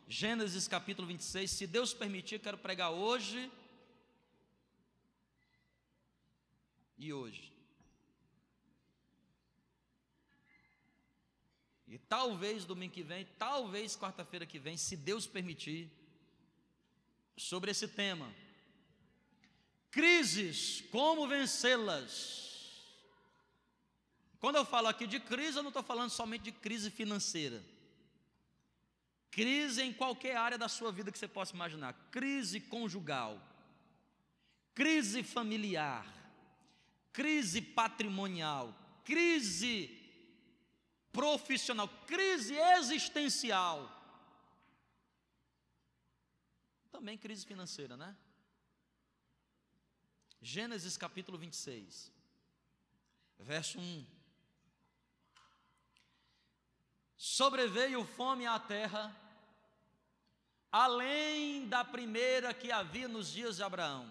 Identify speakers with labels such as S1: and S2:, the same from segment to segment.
S1: Gênesis capítulo 26. Se Deus permitir, quero pregar hoje e hoje. E talvez domingo que vem, talvez quarta-feira que vem, se Deus permitir, sobre esse tema. Crises, como vencê-las? Quando eu falo aqui de crise, eu não estou falando somente de crise financeira. Crise em qualquer área da sua vida que você possa imaginar. Crise conjugal, crise familiar, crise patrimonial, crise profissional, crise existencial. Também crise financeira, né? Gênesis capítulo 26, verso 1. Sobreveio fome à terra, além da primeira que havia nos dias de Abraão.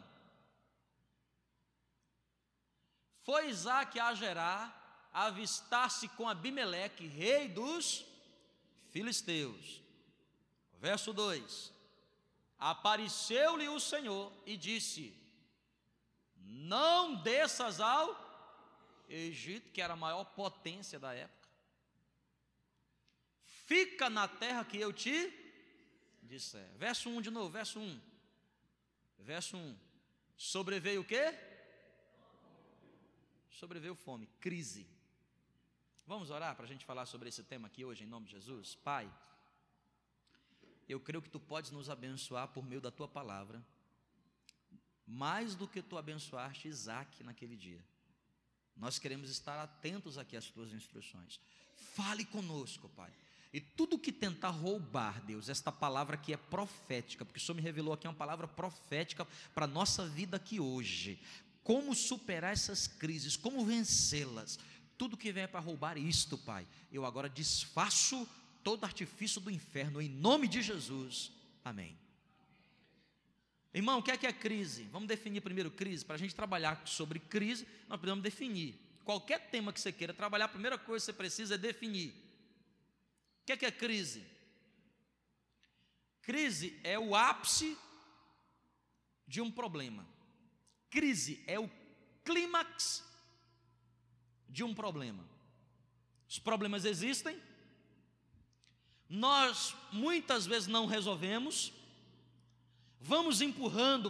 S1: Foi Isaque a Gerar, a avistar-se com Abimeleque, rei dos filisteus. Verso 2. Apareceu-lhe o Senhor e disse: não desças ao Egito, que era a maior potência da época. Fica na terra que eu te disser. Verso 1 de novo, verso 1. Verso 1. Sobreveio o quê? Sobreveio fome, crise. Vamos orar para a gente falar sobre esse tema aqui hoje, em nome de Jesus? Pai, eu creio que Tu podes nos abençoar por meio da Tua palavra, mais do que Tu abençoaste Isaque naquele dia. Nós queremos estar atentos aqui às Tuas instruções. Fale conosco, Pai. E tudo que tentar roubar, Deus, esta palavra que é profética, porque o Senhor me revelou aqui uma palavra profética para a nossa vida aqui hoje. Como superar essas crises, como vencê-las. Tudo que vier para roubar isto, Pai, eu agora desfaço todo artifício do inferno, em nome de Jesus. Amém. Irmão, o que é crise? Vamos definir primeiro crise. Para a gente trabalhar sobre crise, nós precisamos definir. Qualquer tema que você queira trabalhar, a primeira coisa que você precisa é definir. O que é crise? Crise é o ápice de um problema. Crise é o clímax de um problema. Os problemas existem, nós muitas vezes não resolvemos, vamos empurrando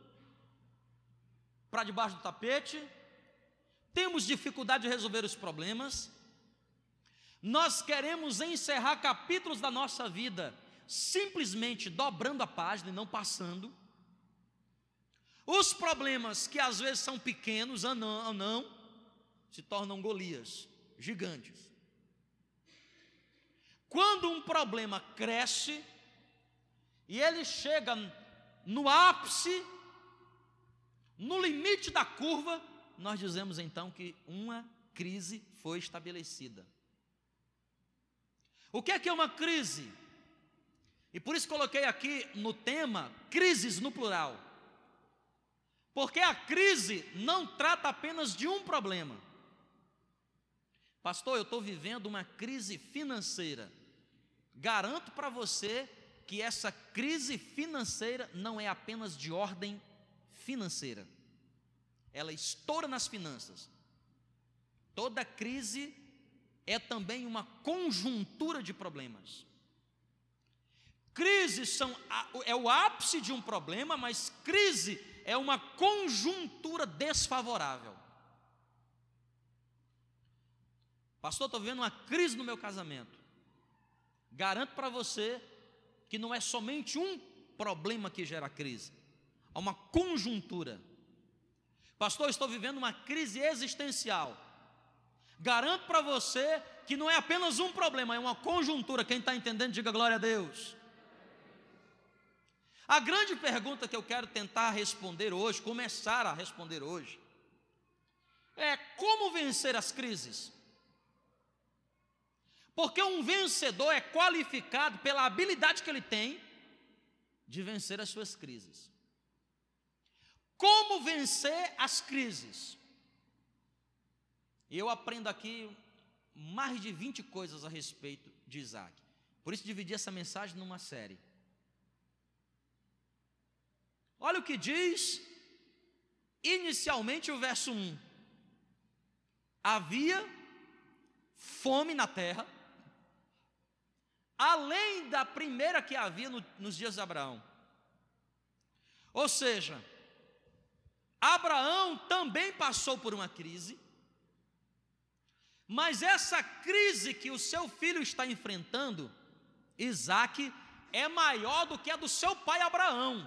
S1: para debaixo do tapete, temos dificuldade de resolver os problemas, nós queremos encerrar capítulos da nossa vida simplesmente dobrando a página e não passando. Os problemas que às vezes são pequenos ou não, se tornam Golias, gigantes. Quando um problema cresce e ele chega no ápice, no limite da curva, nós dizemos então que uma crise foi estabelecida. O que é uma crise? E por isso coloquei aqui no tema crises no plural. Porque a crise não trata apenas de um problema. Pastor, eu estou vivendo uma crise financeira. Garanto para você que essa crise financeira não é apenas de ordem financeira. Ela estoura nas finanças. Toda crise é também uma conjuntura de problemas. Crises é o ápice de um problema, mas crise é uma conjuntura desfavorável. Pastor, estou vivendo uma crise no meu casamento. Garanto para você que não é somente um problema que gera crise, há uma conjuntura. Pastor, estou vivendo uma crise existencial. Garanto para você que não é apenas um problema, é uma conjuntura. Quem está entendendo, diga glória a Deus. A grande pergunta que eu quero tentar responder hoje, começar a responder hoje, é como vencer as crises? Porque um vencedor é qualificado pela habilidade que ele tem de vencer as suas crises. Como vencer as crises? E eu aprendo aqui mais de 20 coisas a respeito de Isaque. Por isso dividi essa mensagem numa série. Olha o que diz inicialmente o verso 1. Havia fome na terra, além da primeira que havia nos dias de Abraão. Ou seja, Abraão também passou por uma crise, mas essa crise que o seu filho está enfrentando, Isaque, é maior do que a do seu pai Abraão.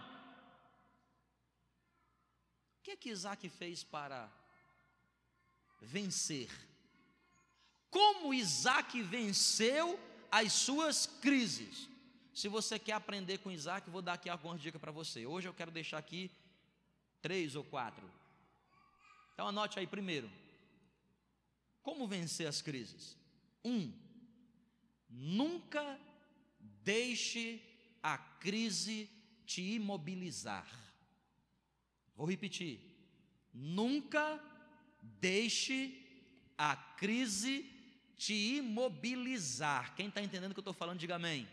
S1: O que Isaque fez para vencer? Como Isaque venceu as suas crises? Se você quer aprender com Isaque, vou dar aqui algumas dicas para você. Hoje eu quero deixar aqui 3 ou 4. Então anote aí primeiro. Como vencer as crises? 1. Nunca deixe a crise te imobilizar. Vou repetir. Nunca deixe a crise te imobilizar. Quem está entendendo o que eu estou falando, diga amém.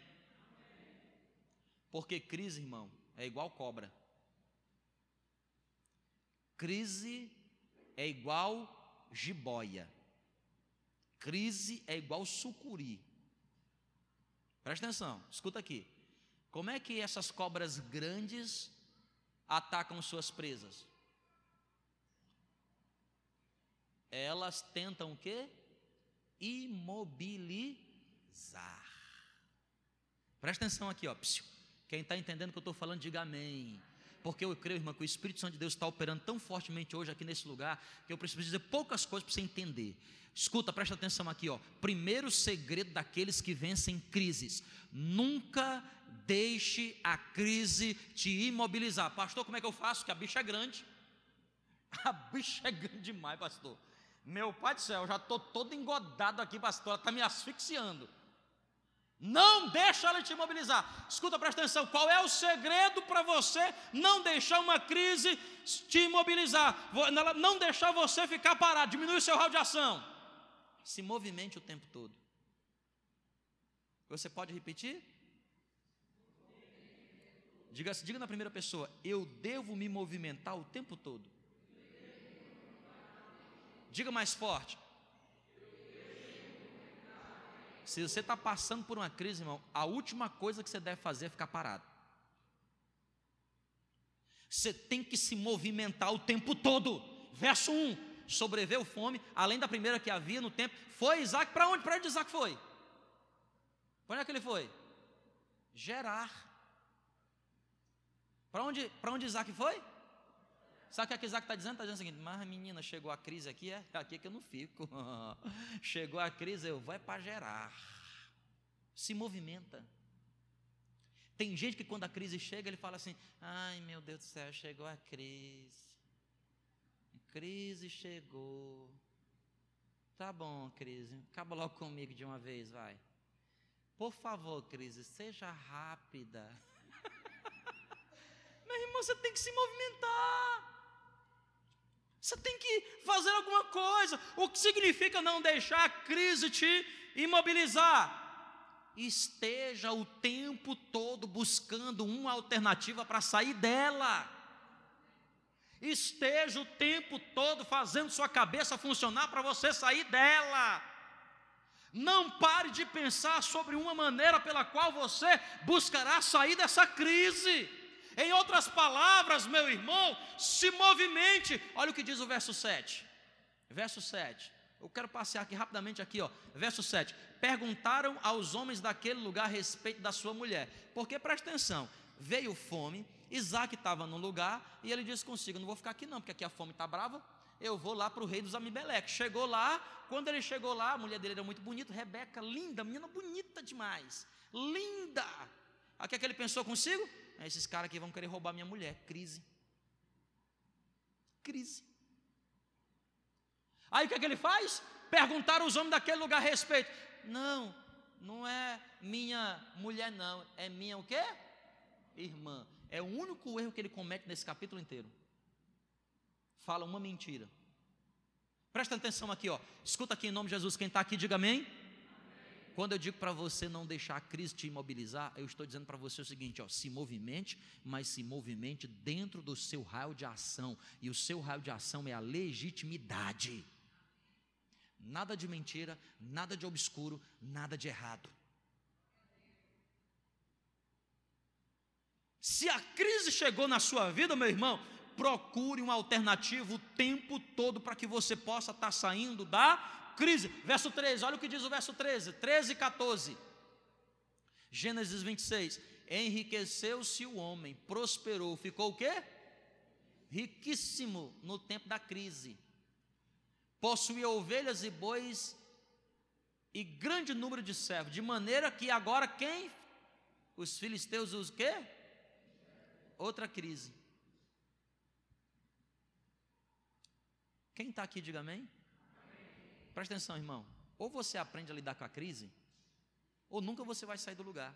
S1: Porque crise, irmão, é igual cobra. Crise é igual jiboia. Crise é igual sucuri. Presta atenção, escuta aqui. Como é que essas cobras grandes atacam suas presas? Elas tentam o quê? Imobilizar. Presta atenção aqui, ó. Quem está entendendo o que eu estou falando, diga amém. Porque eu creio, irmã, que o Espírito Santo de Deus está operando tão fortemente hoje aqui nesse lugar, que eu preciso dizer poucas coisas para você entender. Escuta, presta atenção aqui, ó. Primeiro segredo daqueles que vencem crises: nunca deixe a crise te imobilizar. Pastor, como é que eu faço? Que a bicha é grande. A bicha é grande demais, pastor. Meu pai do céu, eu já estou todo engodado aqui, pastor, ela está me asfixiando. Não deixa ela te imobilizar. Escuta, presta atenção. Qual é o segredo para você não deixar uma crise te imobilizar? Não deixar você ficar parado. Diminui o seu raio de ação. Se movimente o tempo todo. Você pode repetir? Diga na primeira pessoa: eu devo me movimentar o tempo todo. Diga mais forte. Se você está passando por uma crise, irmão, a última coisa que você deve fazer é ficar parado. Você tem que se movimentar o tempo todo. Verso 1, sobreveu fome, além da primeira que havia no tempo. Foi Isaque para onde? Para onde Isaque foi? Para onde é que ele foi? Gerar. Para onde Isaque foi? Sabe o que Isaque está dizendo? Está dizendo o seguinte: mas menina, chegou a crise aqui, é aqui que eu não fico. Chegou a crise, eu vou para Gerar. Se movimenta. Tem gente que quando a crise chega, ele fala assim: ai meu Deus do céu, chegou a crise. A crise chegou. Tá bom, crise, acaba logo comigo de uma vez, vai. Por favor, crise, seja rápida. Meu irmão, você tem que se movimentar. Você tem que fazer alguma coisa. O que significa não deixar a crise te imobilizar? Esteja o tempo todo buscando uma alternativa para sair dela. Esteja o tempo todo fazendo sua cabeça funcionar para você sair dela. Não pare de pensar sobre uma maneira pela qual você buscará sair dessa crise. Em outras palavras, meu irmão, se movimente. Olha o que diz o verso 7. Verso 7. Eu quero passear aqui rapidamente aqui, ó. Verso 7. Perguntaram aos homens daquele lugar a respeito da sua mulher. Porque, presta atenção, veio fome, Isaque estava num lugar e ele disse consigo: não vou ficar aqui não, porque aqui a fome está brava. Eu vou lá para o rei dos Amibeleque. Chegou lá, quando ele chegou lá, a mulher dele era muito bonita, Rebeca, linda, menina bonita demais. Linda. Aí o que é que ele pensou consigo? Esses caras aqui vão querer roubar minha mulher. Crise. Crise. Aí o que é que ele faz? Perguntaram os homens daquele lugar a respeito. Não, não é minha mulher não. É minha o quê? Irmã. É o único erro que ele comete nesse capítulo inteiro. Fala uma mentira. Presta atenção aqui, ó. Escuta aqui em nome de Jesus. Quem está aqui, diga amém. Quando eu digo para você não deixar a crise te imobilizar, eu estou dizendo para você o seguinte, ó, se movimente, mas se movimente dentro do seu raio de ação, e o seu raio de ação é a legitimidade. Nada de mentira, nada de obscuro, nada de errado. Se a crise chegou na sua vida, meu irmão, procure uma alternativa o tempo todo para que você possa estar saindo da crise. Verso 13, olha o que diz o verso 13 e 14. Gênesis 26. Enriqueceu-se o homem, prosperou, ficou o quê? Riquíssimo no tempo da crise. Possuía ovelhas e bois e grande número de servos, de maneira que agora quem? Os filisteus os quê? Outra crise. Quem está aqui, diga amém. Presta atenção, irmão. Ou você aprende a lidar com a crise, ou nunca você vai sair do lugar.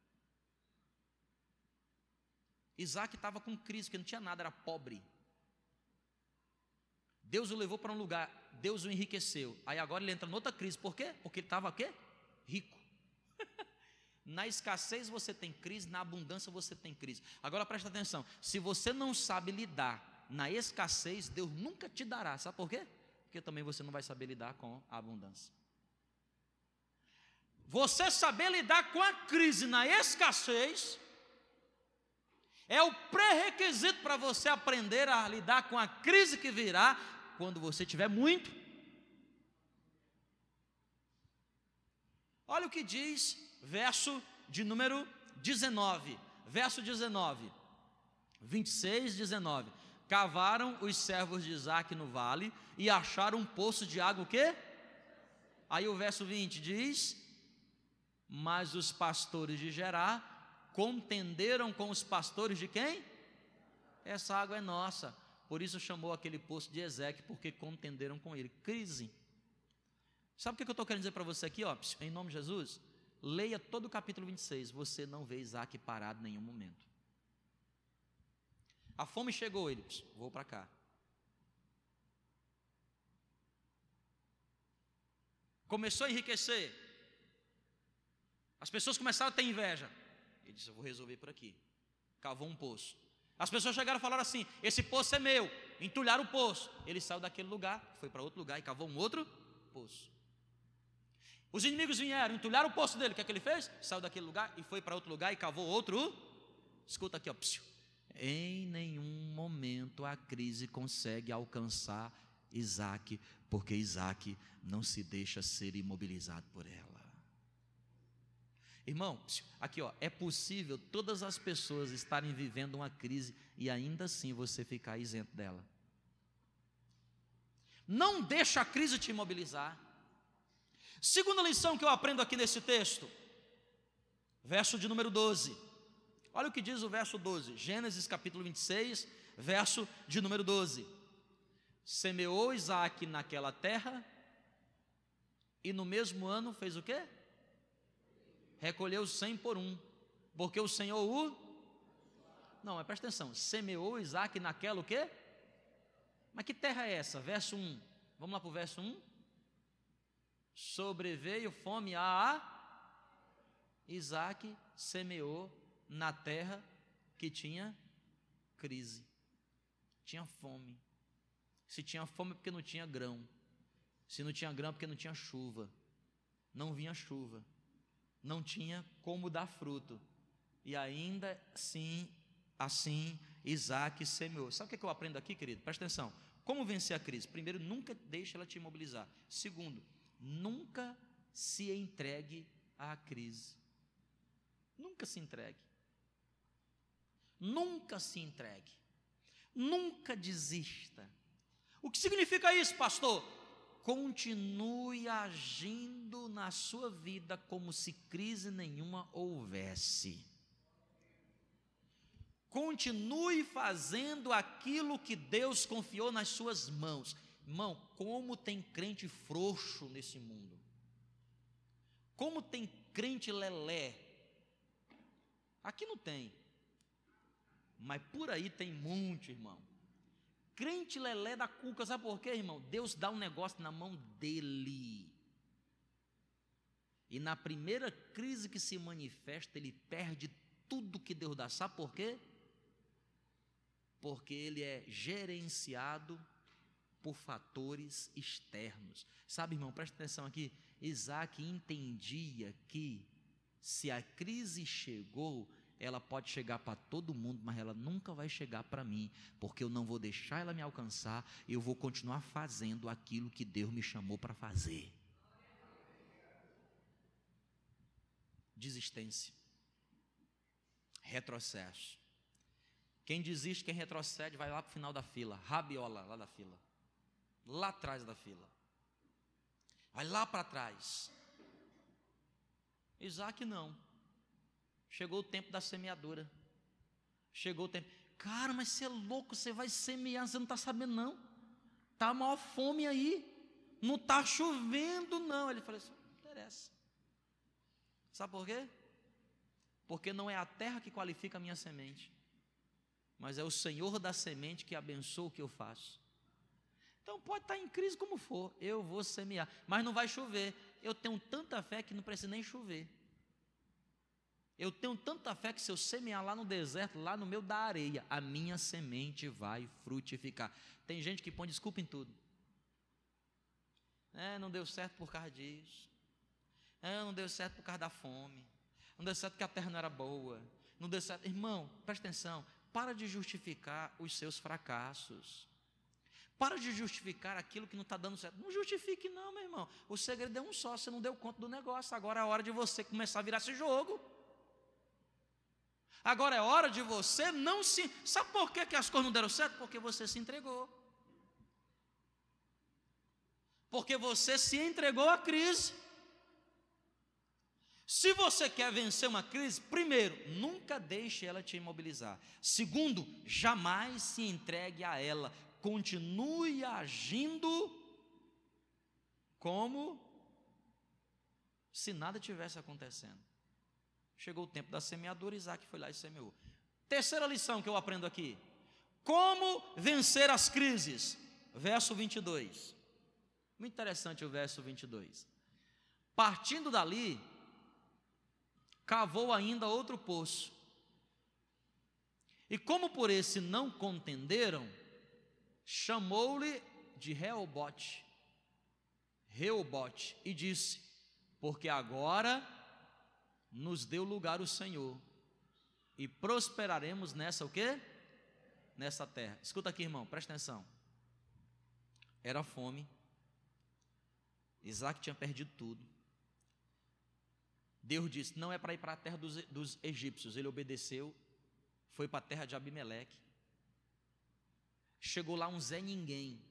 S1: Isaac estava com crise, porque não tinha nada, era pobre. Deus o levou para um lugar, Deus o enriqueceu. Aí agora ele entra em outra crise, por quê? Porque ele estava o quê? Rico. Na escassez você tem crise, na abundância você tem crise. Agora presta atenção, se você não sabe lidar na escassez, Deus nunca te dará, sabe por quê? Porque também você não vai saber lidar com a abundância. Você saber lidar com a crise na escassez é o pré-requisito para você aprender a lidar com a crise que virá quando você tiver muito. Olha o que diz verso de número 19, verso 19, 26, 19. Cavaram os servos de Isaac no vale e acharam um poço de água, o quê? Aí o verso 20 diz: mas os pastores de Gerar contenderam com os pastores de quem? Essa água é nossa. Por isso chamou aquele poço de Ezeque, porque contenderam com ele. Crise. Sabe o que eu estou querendo dizer para você aqui, ó, em nome de Jesus? Leia todo o capítulo 26, você não vê Isaac parado em nenhum momento. A fome chegou, ele, vou para cá. Começou a enriquecer. As pessoas começaram a ter inveja. Ele disse, eu vou resolver por aqui. Cavou um poço. As pessoas chegaram e falaram assim, esse poço é meu. Entulharam o poço. Ele saiu daquele lugar, foi para outro lugar e cavou um outro poço. Os inimigos vieram, entulharam o poço dele. O que é que ele fez? Saiu daquele lugar e foi para outro lugar e cavou outro. Escuta aqui, ó. Em nenhum momento a crise consegue alcançar Isaac, porque Isaac não se deixa ser imobilizado por ela. Irmão, aqui ó, é possível todas as pessoas estarem vivendo uma crise e ainda assim você ficar isento dela. Não deixa a crise te imobilizar. Segunda lição que eu aprendo aqui nesse texto, verso de número 12. Olha o que diz o verso 12, Gênesis capítulo 26, verso de número 12. Semeou Isaac naquela terra e no mesmo ano fez o quê? Recolheu 100 por um, porque o Senhor o... Não, mas presta atenção, semeou Isaac naquela o quê? Mas que terra é essa? Verso 1, vamos lá para o verso 1. Sobreveio fome a Isaac, semeou na terra que tinha crise, tinha fome. Se tinha fome é porque não tinha grão, se não tinha grão é porque não tinha chuva, não vinha chuva, não tinha como dar fruto, e ainda assim Isaac semeou. Sabe o que eu aprendo aqui, querido? Presta atenção, como vencer a crise? Primeiro, nunca deixe ela te imobilizar. Segundo, nunca se entregue à crise. Nunca se entregue. Nunca se entregue. Nunca desista. O que significa isso, pastor? Continue agindo na sua vida como se crise nenhuma houvesse. Continue fazendo aquilo que Deus confiou nas suas mãos. Irmão, como tem crente frouxo nesse mundo. Como tem crente lelé. Aqui não tem. Mas por aí tem muito, irmão. Crente lelé da cuca, sabe por quê, irmão? Deus dá um negócio na mão dele. E na primeira crise que se manifesta, ele perde tudo que Deus dá. Sabe por quê? Porque ele é gerenciado por fatores externos. Sabe, irmão, presta atenção aqui. Isaac entendia que se a crise chegou, ela pode chegar para todo mundo, mas ela nunca vai chegar para mim, porque eu não vou deixar ela me alcançar, eu vou continuar fazendo aquilo que Deus me chamou para fazer. Desistência, retrocesso. Quem desiste, quem retrocede, vai lá para o final da fila, rabiola lá da fila, lá atrás da fila, vai lá para trás. Isaac não. Chegou o tempo da semeadura. Chegou o tempo. Cara, mas você é louco, você vai semear, você não está sabendo não. Está a maior fome aí. Não está chovendo não. Ele falou assim, não interessa. Sabe por quê? Porque não é a terra que qualifica a minha semente, mas é o Senhor da semente que abençoa o que eu faço. Então pode estar em crise como for, eu vou semear, mas não vai chover. Eu tenho tanta fé que não precisa nem chover. Eu tenho tanta fé que se eu semear lá no deserto, lá no meio da areia, a minha semente vai frutificar. Tem gente que põe desculpa em tudo. Não deu certo por causa disso. Não deu certo por causa da fome. Não deu certo porque a terra não era boa. Não deu certo. Irmão, presta atenção. Para de justificar os seus fracassos. Para de justificar aquilo que não está dando certo. Não justifique não, meu irmão. O segredo é um só, você não deu conta do negócio. Agora é a hora de você começar a virar esse jogo. Agora é hora de você não se... Sabe por que as coisas não deram certo? Porque você se entregou. Porque você se entregou à crise. Se você quer vencer uma crise, primeiro, nunca deixe ela te imobilizar. Segundo, jamais se entregue a ela. Continue agindo como se nada tivesse acontecendo. Chegou o tempo da semeadura, Isaac foi lá e semeou. Terceira lição que eu aprendo aqui. Como vencer as crises? Verso 22. Muito interessante o verso 22. Partindo dali, cavou ainda outro poço. E como por esse não contenderam, chamou-lhe de Reobote, e disse, porque agora nos deu lugar o Senhor, e prosperaremos nessa o quê? Nessa terra. Escuta aqui, irmão, presta atenção. Era fome. Isaac tinha perdido tudo. Deus disse, não é para ir para a terra dos egípcios. Ele obedeceu, foi para a terra de Abimeleque. Chegou lá um Zé Ninguém.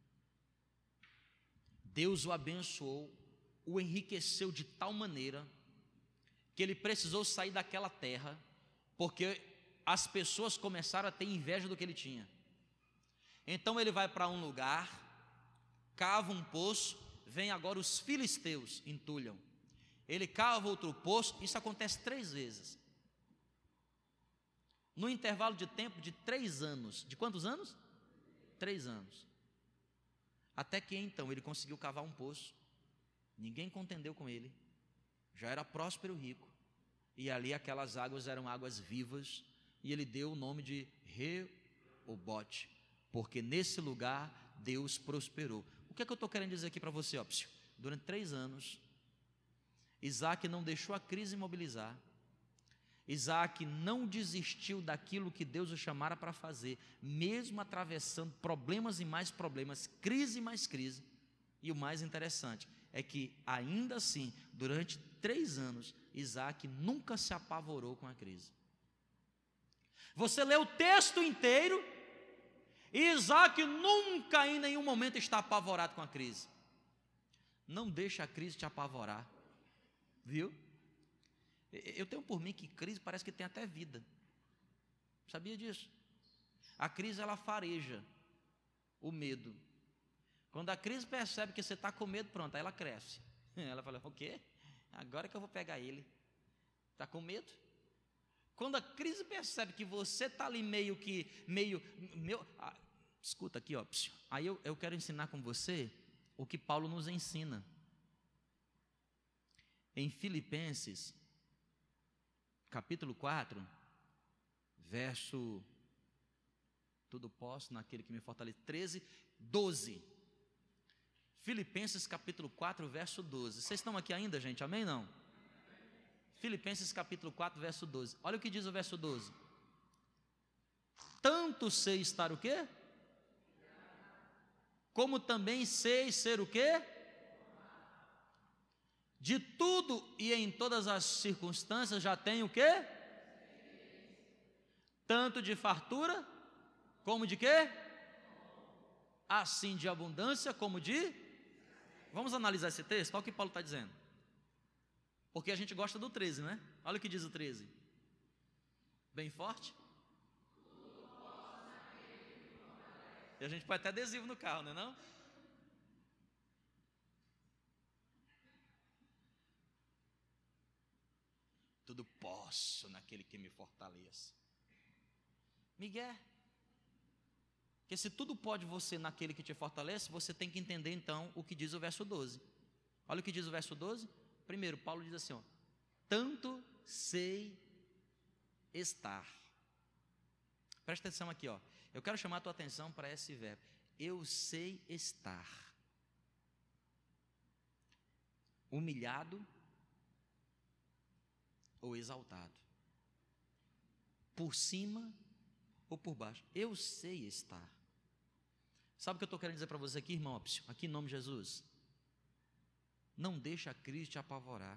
S1: Deus o abençoou, o enriqueceu de tal maneira que ele precisou sair daquela terra, porque as pessoas começaram a ter inveja do que ele tinha. Então ele vai para um lugar, cava um poço, vem agora os filisteus, entulham. Ele cava outro poço, isso acontece 3 vezes. No intervalo de tempo de 3 anos. De quantos anos? 3 anos. Até que então ele conseguiu cavar um poço. Ninguém contendeu com ele. Já era próspero e rico. E ali aquelas águas eram águas vivas. E ele deu o nome de Reobote. Porque nesse lugar Deus prosperou. O que é que eu estou querendo dizer aqui para você? Ó, durante 3 anos, Isaac não deixou a crise imobilizar. Isaac não desistiu daquilo que Deus o chamara para fazer, mesmo atravessando problemas e mais problemas, crise e mais crise. E o mais interessante é que, ainda assim, durante 3 anos, Isaac nunca se apavorou com a crise. Você lê o texto inteiro, e Isaac nunca em nenhum momento está apavorado com a crise. Não deixa a crise te apavorar, viu? Eu tenho por mim que crise parece que tem até vida. Sabia disso? A crise, ela fareja o medo. Quando a crise percebe que você está com medo, pronto, aí ela cresce. Ela fala, o quê? Agora que eu vou pegar ele. Está com medo? Quando a crise percebe que você está ali escuta aqui, ó. Aí eu quero ensinar com você o que Paulo nos ensina. em Filipenses, capítulo 4, verso, tudo posso naquele que me fortalece, 13, 12. Filipenses capítulo 4, verso 12. Vocês estão aqui ainda, gente? Amém, não? Filipenses capítulo 4, verso 12. Olha o que diz o verso 12. Tanto sei estar o quê? Como também sei ser o quê? De tudo e em todas as circunstâncias já tenho o quê? Tanto de fartura, como de quê? Assim de abundância, como de... Vamos analisar esse texto, olha o que Paulo está dizendo. Porque a gente gosta do 13, né? Olha o que diz o 13. Bem forte. E a gente põe até adesivo no carro, não é não? Tudo posso naquele que me fortalece. Miguel, porque se tudo pode você naquele que te fortalece, você tem que entender então o que diz o verso 12. Olha o que diz o verso 12. Primeiro, Paulo diz assim, ó, tanto sei estar. Presta atenção aqui, ó. Eu quero chamar a tua atenção para esse verbo. Eu sei estar humilhado ou exaltado, por cima ou por baixo. Eu sei estar. Sabe o que eu estou querendo dizer para você aqui, irmão? Aqui em nome de Jesus. Não deixa a crise te apavorar.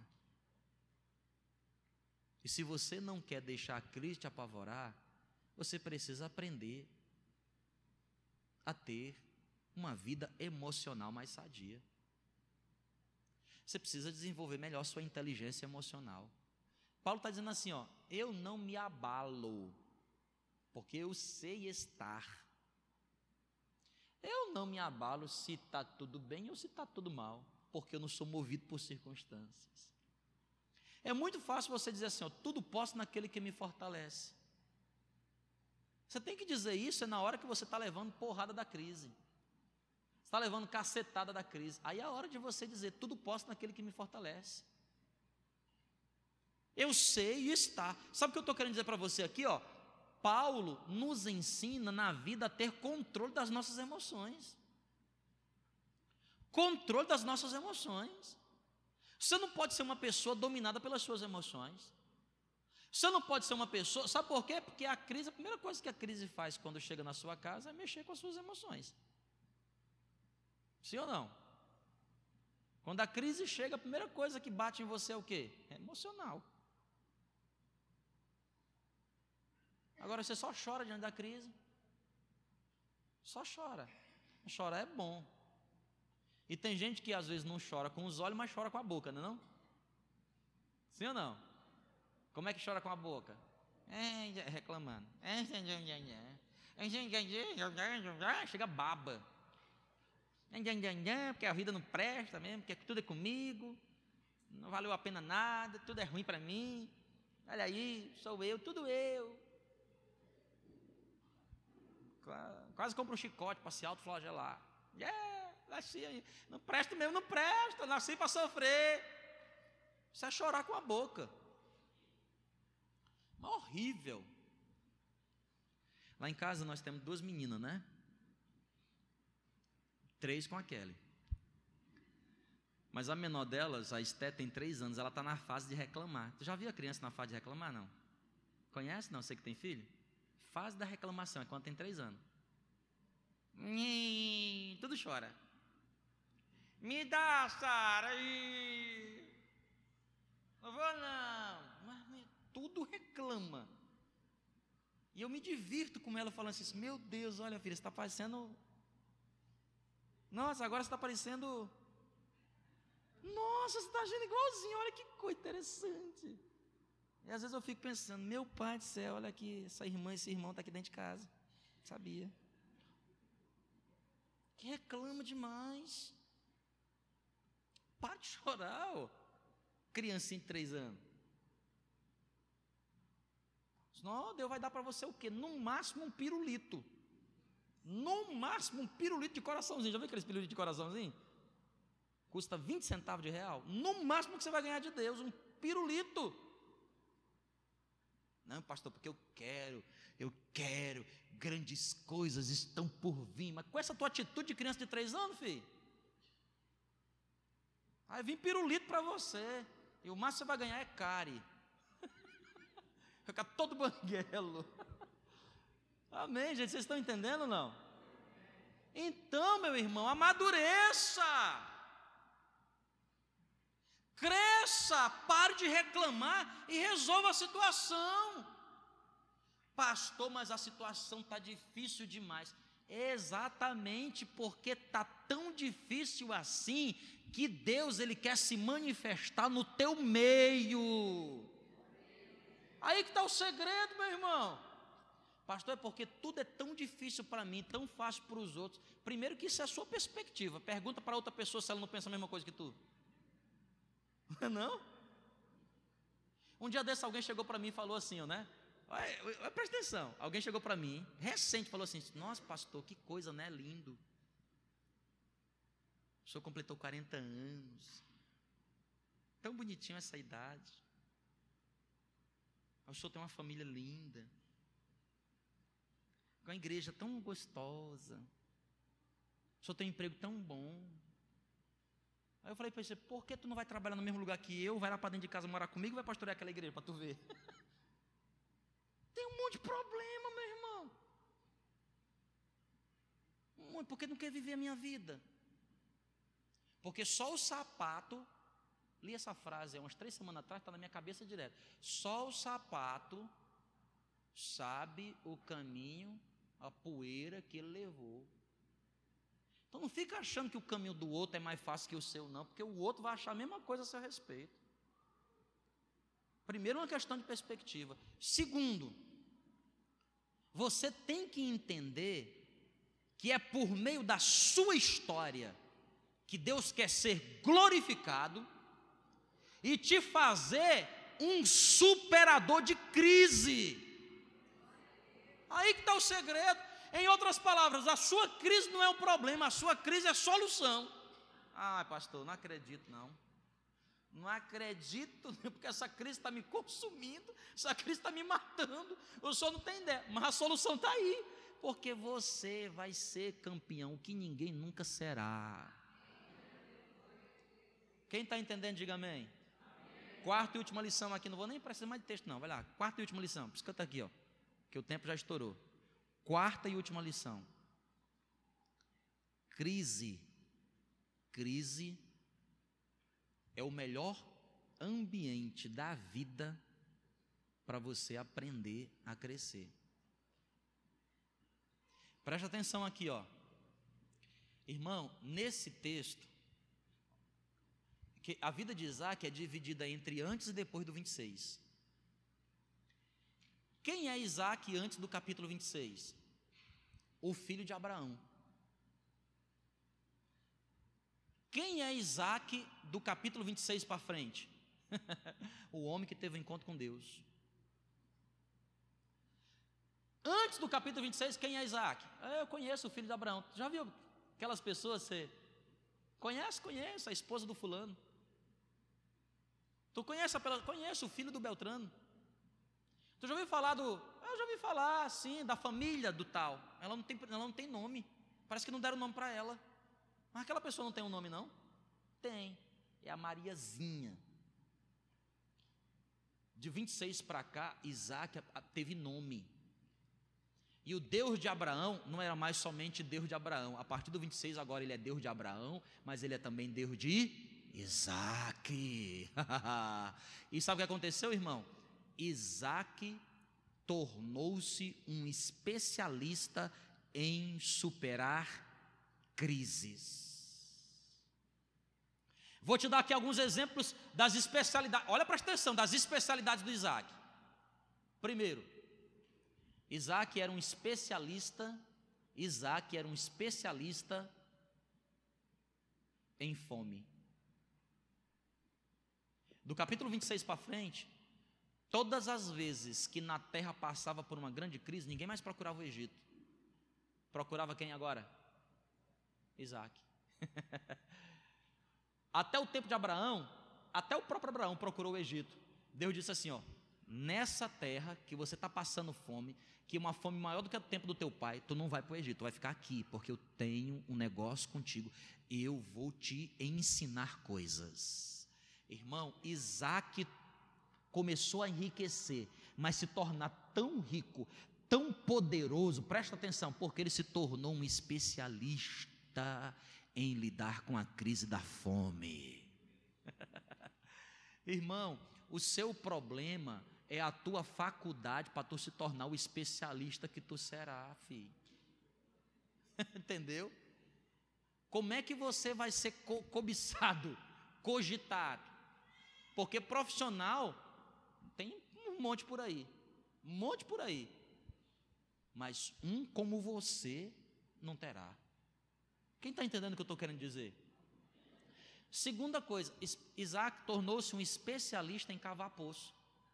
S1: E se você não quer deixar a crise te apavorar, você precisa aprender a ter uma vida emocional mais sadia. Você precisa desenvolver melhor sua inteligência emocional. Paulo está dizendo assim, ó, eu não me abalo, porque eu sei estar. Eu não me abalo se está tudo bem ou se está tudo mal, porque eu não sou movido por circunstâncias. É muito fácil você dizer assim, ó, tudo posso naquele que me fortalece. Você tem que dizer isso na hora que você está levando porrada da crise. Você está levando cacetada da crise. Aí é a hora de você dizer, tudo posso naquele que me fortalece. Eu sei estar. Sabe o que eu estou querendo dizer para você aqui, ó? Paulo nos ensina na vida a ter controle das nossas emoções. Controle das nossas emoções. Você não pode ser uma pessoa dominada pelas suas emoções. Você não pode ser uma pessoa, sabe por quê? Porque a crise, a primeira coisa que a crise faz quando chega na sua casa é mexer com as suas emoções. Sim ou não? Quando a crise chega, a primeira coisa que bate em você é o quê? É emocional. Agora você só chora diante da crise. Só chora. Chorar é bom. E tem gente que às vezes não chora com os olhos, mas chora com a boca, não é não? Sim ou não? Como é que chora com a boca? Reclamando. Chega baba. Porque a vida não presta mesmo, porque tudo é comigo, não valeu a pena nada, tudo é ruim para mim. Olha aí, sou eu, tudo eu. Quase compro um chicote para se autoflagelar. Nasci aí. Não presta mesmo, não presta, nasci para sofrer. Isso é chorar com a boca. Mas horrível. Lá em casa nós temos 2 meninas, né? 3 com a Kelly. Mas a menor delas, a Esté, tem 3 anos, ela está na fase de reclamar. Tu já viu a criança na fase de reclamar, não? Conhece, não? Você que tem filho? Fase da reclamação, é quando tem 3 anos. Tudo chora. Me dá, Sara. Não vou não. Mas tudo reclama. E eu me divirto com ela falando assim, meu Deus, olha filha, você está parecendo... Nossa, agora você está parecendo... Nossa, você está agindo igualzinho, olha que coisa interessante. E às vezes eu fico pensando, meu pai do céu, olha aqui, essa irmã, esse irmão está aqui dentro de casa. Sabia. Que reclama demais. Para de chorar, ó. Criancinha de 3 anos. Não, Deus vai dar para você o quê? No máximo um pirulito. No máximo um pirulito de coraçãozinho. Já viu aqueles pirulitos de coraçãozinho? custa 20 centavos de real, no máximo que você vai ganhar de Deus, um pirulito. Não, pastor, porque eu quero, grandes coisas estão por vir. Mas com essa tua atitude de criança de 3 anos, filho, aí vem pirulito para você, e o máximo que você vai ganhar é cárie. Vai ficar todo banguelo. Amém, gente, vocês estão entendendo ou não? Então, meu irmão, amadureça, cresça, pare de reclamar e resolva a situação. Pastor, mas a situação está difícil demais. Exatamente porque está tão difícil assim, que Deus ele quer se manifestar no teu meio. Aí que está o segredo, meu irmão. Pastor, é porque tudo é tão difícil para mim, tão fácil para os outros. Primeiro que isso é a sua perspectiva. Pergunta para outra pessoa se ela não pensa a mesma coisa que tu. Não? Um dia desse alguém chegou para mim e falou assim, né? Presta atenção. Alguém chegou para mim, recente, falou assim: nossa, pastor, que coisa, né? Lindo. O senhor completou 40 anos. Tão bonitinho essa idade. O senhor tem uma família linda. Com uma igreja tão gostosa. O senhor tem um emprego tão bom. Aí eu falei para ele: por que tu não vai trabalhar no mesmo lugar que eu, vai lá para dentro de casa morar comigo e vai pastorear aquela igreja para tu ver? Tem um monte de problema, meu irmão. Um monte, porque não quer viver a minha vida. Porque só o sapato, li essa frase há umas 3 semanas atrás, está na minha cabeça direto. Só o sapato sabe o caminho, a poeira que ele levou. Então não fica achando que o caminho do outro é mais fácil que o seu, não, porque o outro vai achar a mesma coisa a seu respeito. Primeiro, uma questão de perspectiva. Segundo, você tem que entender que é por meio da sua história que Deus quer ser glorificado e te fazer um superador de crise. Aí que está o segredo. Em outras palavras, a sua crise não é um problema, a sua crise é solução. Ah, pastor, não acredito não. Não acredito, porque essa crise está me consumindo, essa crise está me matando. O senhor não tem ideia, mas a solução está aí. Porque você vai ser campeão, o que ninguém nunca será. Quem está entendendo, diga amém. Quarta e última lição aqui, não vou nem precisar mais de texto não, vai lá. Quarta e última lição, por isso que eu estou aqui, ó, que o tempo já estourou. Quarta e última lição. Crise é o melhor ambiente da vida para você aprender a crescer. Presta atenção aqui, ó. Irmão, nesse texto, que a vida de Isaac é dividida entre antes e depois do 26. Quem é Isaac antes do capítulo 26? O filho de Abraão. Quem é Isaac do capítulo 26 para frente? O homem que teve um encontro com Deus. Antes do capítulo 26, quem é Isaac? Eu conheço o filho de Abraão. Já viu aquelas pessoas, você conhece? Conheço, a esposa do fulano. Tu conhece o filho do Beltrano. Tu já ouviu falar eu já ouvi falar, sim, da família do tal. Ela não tem nome. Parece que não deram nome para ela. Mas aquela pessoa não tem um nome, não? Tem. É a Mariazinha. De 26 para cá, Isaac teve nome. E o Deus de Abraão não era mais somente Deus de Abraão. A partir do 26 agora ele é Deus de Abraão, mas ele é também Deus de Isaac. E sabe o que aconteceu, irmão? Isaac tornou-se um especialista em superar crises. Vou te dar aqui alguns exemplos das especialidades. Olha, presta atenção, das especialidades do Isaac. Primeiro, Isaac era um especialista em fome. Do capítulo 26 para frente, todas as vezes que na terra passava por uma grande crise, ninguém mais procurava o Egito. Procurava quem agora? Isaac. Até o tempo de Abraão, até o próprio Abraão procurou o Egito. Deus disse assim, ó, nessa terra que você está passando fome, que é uma fome maior do que o tempo do teu pai, tu não vai para o Egito, tu vai ficar aqui, porque eu tenho um negócio contigo, eu vou te ensinar coisas. Irmão, Isaac começou a enriquecer, mas se tornar tão rico, tão poderoso, presta atenção, porque ele se tornou um especialista em lidar com a crise da fome. Irmão, o seu problema é a tua faculdade para tu se tornar o especialista que tu será, filho. Entendeu? Como é que você vai ser cobiçado, cogitado? Porque profissional tem um monte por aí, mas um como você não terá. Quem está entendendo o que eu estou querendo dizer? Segunda coisa, Isaac tornou-se um especialista em cavar poço.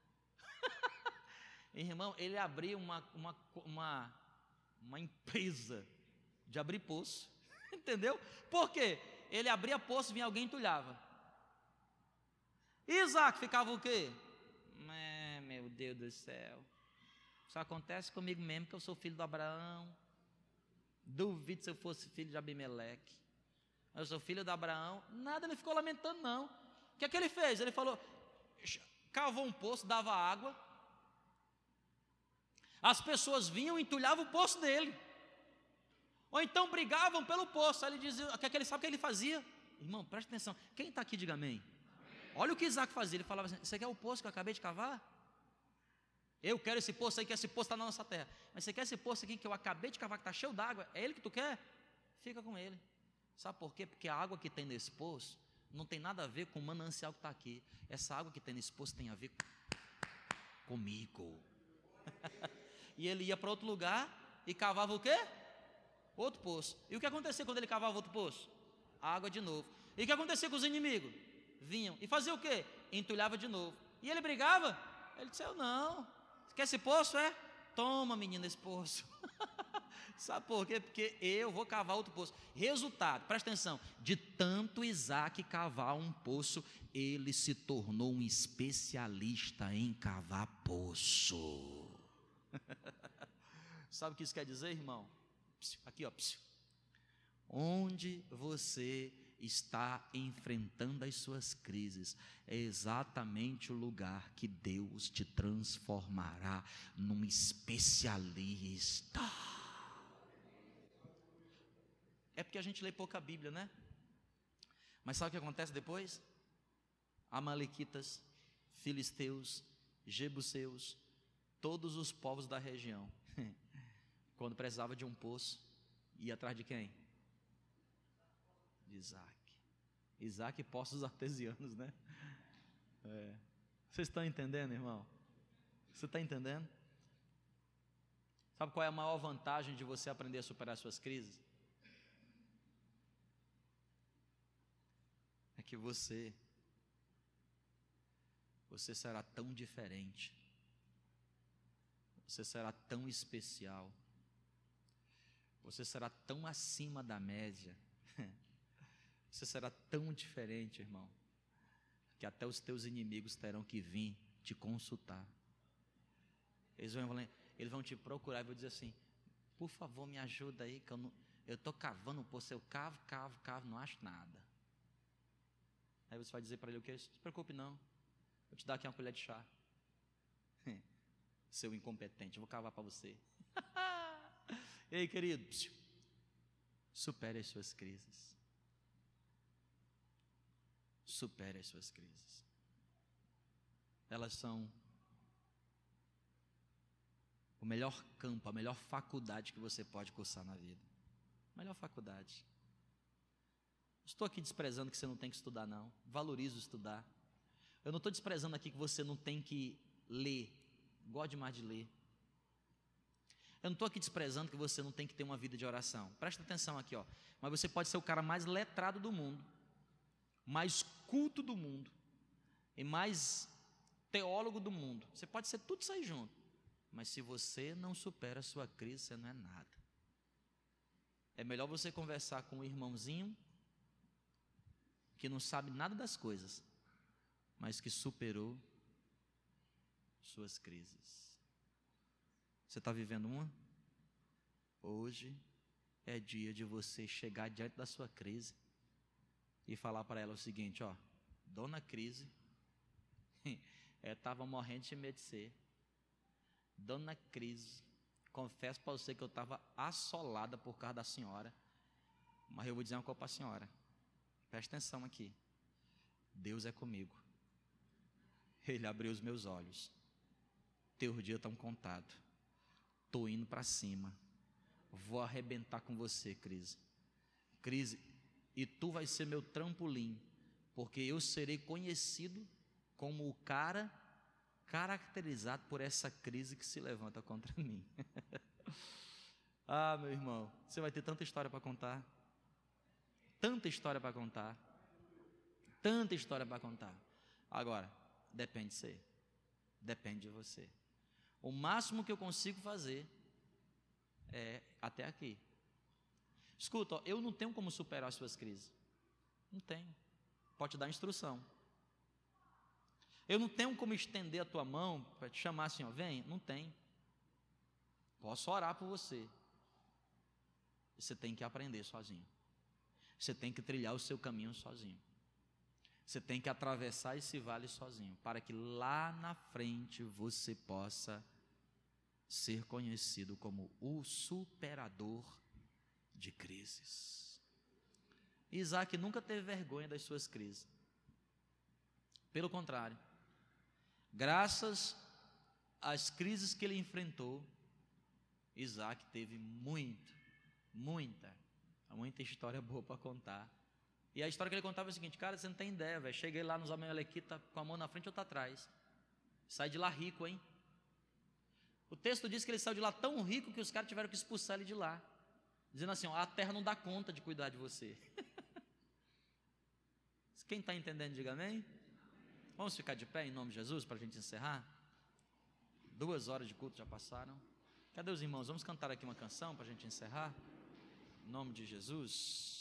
S1: Irmão, ele abriu uma empresa de abrir poço, entendeu? Por quê? Ele abria poço e vinha alguém e entulhava. Isaac ficava o quê? Meu Deus do céu, isso acontece comigo mesmo, que eu sou filho de Abraão. Duvido se eu fosse filho de Abimeleque. Eu sou filho de Abraão. Nada, ele ficou lamentando não. O que é que ele fez? Ele falou, cavou um poço, dava água, as pessoas vinham e entulhavam o poço dele, ou então brigavam pelo poço. Aí ele dizia, sabe o que ele fazia? Irmão, presta atenção, quem está aqui diga amém. Olha o que Isaac fazia, ele falava assim, você quer o poço que eu acabei de cavar? Eu quero esse poço aí, que esse poço está na nossa terra, mas você quer esse poço aqui que eu acabei de cavar, que está cheio d'água, é ele que tu quer? Fica com ele. Sabe por quê? Porque a água que tem nesse poço não tem nada a ver com o manancial que está aqui. Essa água que tem nesse poço tem a ver comigo. E ele ia para outro lugar e cavava o quê? Outro poço. E o que acontecia quando ele cavava outro poço? Água de novo. E o que acontecia com os inimigos? Vinham e fazia o quê? Entulhava de novo. E ele brigava? Ele disse, eu não. Você quer esse poço? É? Toma, menina, esse poço. Sabe por quê? Porque eu vou cavar outro poço. Resultado, presta atenção, de tanto Isaac cavar um poço, ele se tornou um especialista em cavar poço. Sabe o que isso quer dizer, irmão? Aqui, ó. Onde você está enfrentando as suas crises, é exatamente o lugar que Deus te transformará num especialista. É porque a gente lê pouca Bíblia, né? Mas sabe o que acontece depois? Amalequitas, filisteus, jebuseus, todos os povos da região, quando precisava de um poço, ia atrás de quem? De Isaac. Isaac e poços artesianos, né? Vocês estão entendendo, irmão? Você está entendendo? Sabe qual é a maior vantagem de você aprender a superar suas crises? É que você será tão diferente, você será tão especial, você será tão acima da média, você será tão diferente, irmão, que até os teus inimigos terão que vir te consultar. Eles vão te procurar e vão dizer assim, por favor me ajuda aí, que eu estou cavando um poço, eu cavo, não acho nada. Aí você vai dizer para ele o que? Não se preocupe não, vou te dar aqui uma colher de chá. Seu incompetente, eu vou cavar para você. Ei, querido, supere as suas crises. Supere as suas crises. Elas são o melhor campo, a melhor faculdade que você pode cursar na vida. Melhor faculdade. Estou aqui desprezando que você não tem que estudar, não. Valorizo estudar. Eu não estou desprezando aqui que você não tem que ler. Gosto demais de ler. Eu não estou aqui desprezando que você não tem que ter uma vida de oração. Presta atenção aqui, ó. Mas você pode ser o cara mais letrado do mundo, mais culto do mundo e mais teólogo do mundo. Você pode ser tudo isso aí junto. Mas se você não supera a sua crise, você não é nada. É melhor você conversar com um irmãozinho que não sabe nada das coisas, mas que superou suas crises. Você está vivendo uma? Hoje é dia de você chegar diante da sua crise e falar para ela o seguinte, ó, dona crise, estava morrendo de medo de ser. Dona crise, confesso para você que eu estava assolada por causa da senhora, mas eu vou dizer uma coisa para a senhora, presta atenção aqui, Deus é comigo, Ele abriu os meus olhos, teus dias estão contados, estou indo para cima, vou arrebentar com você, crise, e tu vai ser meu trampolim, porque eu serei conhecido como o cara caracterizado por essa crise que se levanta contra mim. Ah, meu irmão, você vai ter tanta história para contar, tanta história para contar, tanta história para contar. Agora, depende de você, depende de você. O máximo que eu consigo fazer é até aqui. Escuta, ó, eu não tenho como superar as suas crises, não tenho, pode te dar instrução. Eu não tenho como estender a tua mão para te chamar assim, ó, vem, não tem. Posso orar por você. Você tem que aprender sozinho. Você tem que trilhar o seu caminho sozinho. Você tem que atravessar esse vale sozinho, para que lá na frente você possa ser conhecido como o superador de crises. Isaac nunca teve vergonha das suas crises. Pelo contrário, graças às crises que ele enfrentou, Isaac teve muita história boa para contar. E a história que ele contava é a seguinte, cara, você não tem ideia, velho, cheguei lá nos Amalequitas com a mão na frente e outra atrás, sai de lá rico, hein? O texto diz que ele saiu de lá tão rico que os caras tiveram que expulsar ele de lá, dizendo assim, ó, a terra não dá conta de cuidar de você. Quem está entendendo, diga amém. Vamos ficar de pé em nome de Jesus para a gente encerrar? 2 horas de culto já passaram. Cadê os irmãos? Vamos cantar aqui uma canção para a gente encerrar? Em nome de Jesus.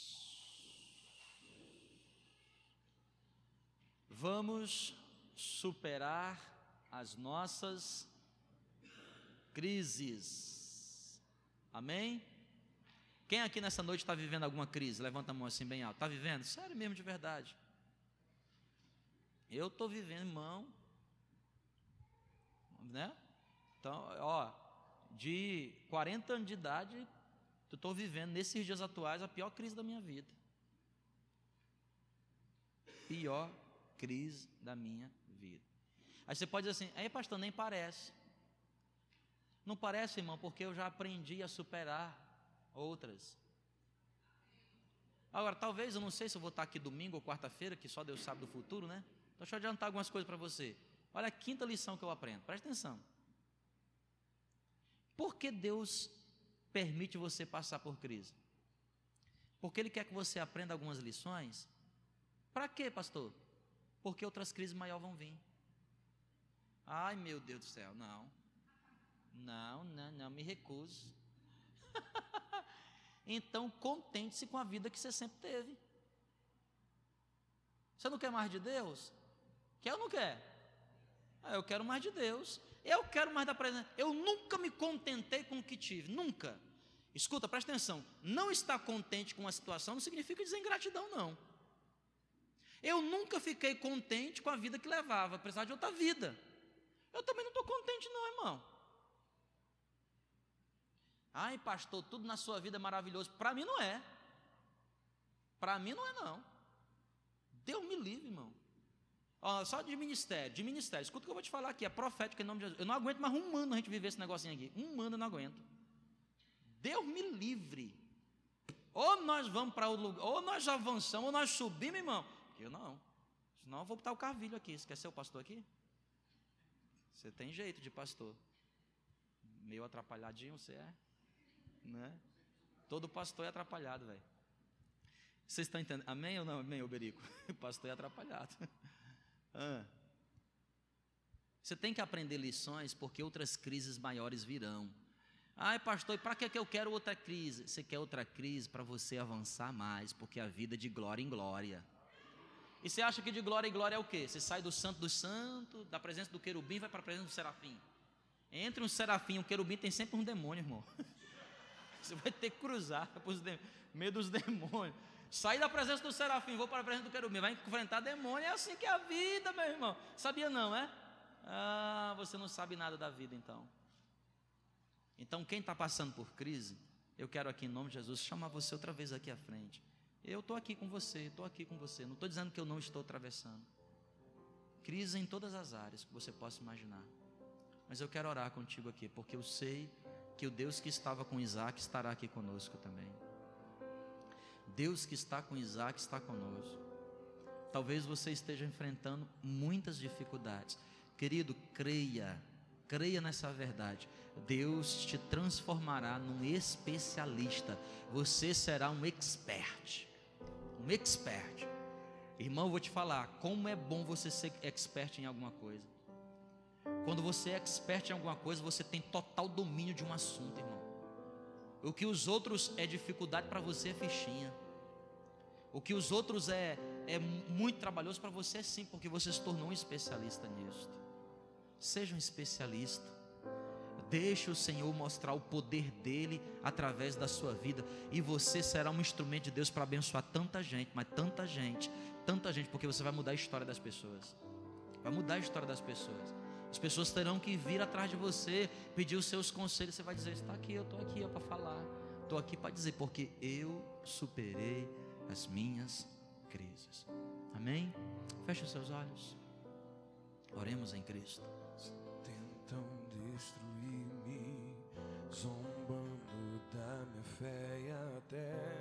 S1: Vamos superar as nossas crises. Amém? Quem aqui nessa noite está vivendo alguma crise? Levanta a mão assim bem alto. Está vivendo? Sério mesmo, de verdade. Eu estou vivendo, irmão, né? Então, ó, de 40 anos de idade, eu estou vivendo nesses dias atuais a pior crise da minha vida. Pior crise da minha vida. Aí você pode dizer assim, aí pastor, nem parece. Não parece, irmão, porque eu já aprendi a superar outras. Agora, talvez, eu não sei se eu vou estar aqui domingo ou quarta-feira, que só Deus sabe do futuro, né? Então, deixa eu adiantar algumas coisas para você. Olha a quinta lição que eu aprendo, presta atenção. Por que Deus permite você passar por crise? Porque Ele quer que você aprenda algumas lições. Para quê, pastor? Porque outras crises maiores vão vir. Ai, meu Deus do céu, não, me recuso. Então, contente-se com a vida que você sempre teve. Você não quer mais de Deus? Quer ou não quer? Eu quero mais de Deus. Eu quero mais da presença. Eu nunca me contentei com o que tive, nunca. Escuta, presta atenção. Não estar contente com a situação não significa dizer ingratidão, não. Eu nunca fiquei contente com a vida que levava, apesar de outra vida. Eu também não estou contente não, irmão. Ai, pastor, tudo na sua vida é maravilhoso. Para mim não é. Para mim não é não. Deus me livre, irmão. Ó, só de ministério. Escuta o que eu vou te falar aqui, é profético em nome de Jesus. Eu não aguento mais um ano a gente viver esse negocinho aqui. Um ano eu não aguento. Deus me livre. Ou nós vamos para outro lugar, ou nós avançamos, ou nós subimos, irmão. Eu não. Senão eu vou botar o carvilho aqui. Você quer ser o pastor aqui? Você tem jeito de pastor. Meio atrapalhadinho você é. Né? Todo pastor é atrapalhado, velho. Vocês estão entendendo? Amém ou não? Amém, Oberico? O pastor é atrapalhado. Você tem que aprender lições, porque outras crises maiores virão. Ai, pastor, e para que eu quero outra crise? Você quer outra crise para você avançar mais, porque a vida é de glória em glória. E você acha que de glória em glória é o quê? Você sai do santo dos santos, da presença do querubim, vai para a presença do serafim. Entre um serafim e um querubim tem sempre um demônio, irmão. Você vai ter que cruzar para meio dos demônios. Sair da presença do serafim, vou para a presença do querubim, vai enfrentar demônio. É assim que é a vida, meu irmão. Sabia não, é? Ah, você não sabe nada da vida então. Então quem está passando por crise, eu quero aqui em nome de Jesus chamar você outra vez aqui à frente. Eu estou aqui com você, estou aqui com você. Não estou dizendo que eu não estou atravessando. Crise em todas as áreas que você possa imaginar. Mas eu quero orar contigo aqui, porque eu sei que o Deus que estava com Isaac estará aqui conosco também. Deus que está com Isaac está conosco. Talvez você esteja enfrentando muitas dificuldades. Querido, creia nessa verdade. Deus te transformará num especialista. Você será um expert. Um expert. Irmão, eu vou te falar, como é bom você ser expert em alguma coisa. Quando você é expert em alguma coisa, você tem total domínio de um assunto, irmão. O que os outros é dificuldade, para você é fichinha. O que os outros é muito trabalhoso, para você é sim, porque você se tornou um especialista nisso. Seja um especialista. Deixe o Senhor mostrar o poder dEle através da sua vida, e você será um instrumento de Deus para abençoar tanta gente, mas tanta gente, porque você vai mudar a história das pessoas. Vai mudar a história das pessoas. As pessoas terão que vir atrás de você, pedir os seus conselhos. Você vai dizer: está aqui, eu estou aqui para falar, estou aqui para dizer, porque eu superei as minhas crises. Amém? Feche os seus olhos. Oremos em Cristo.
S2: Tentam destruir-me, zombando da minha fé, e até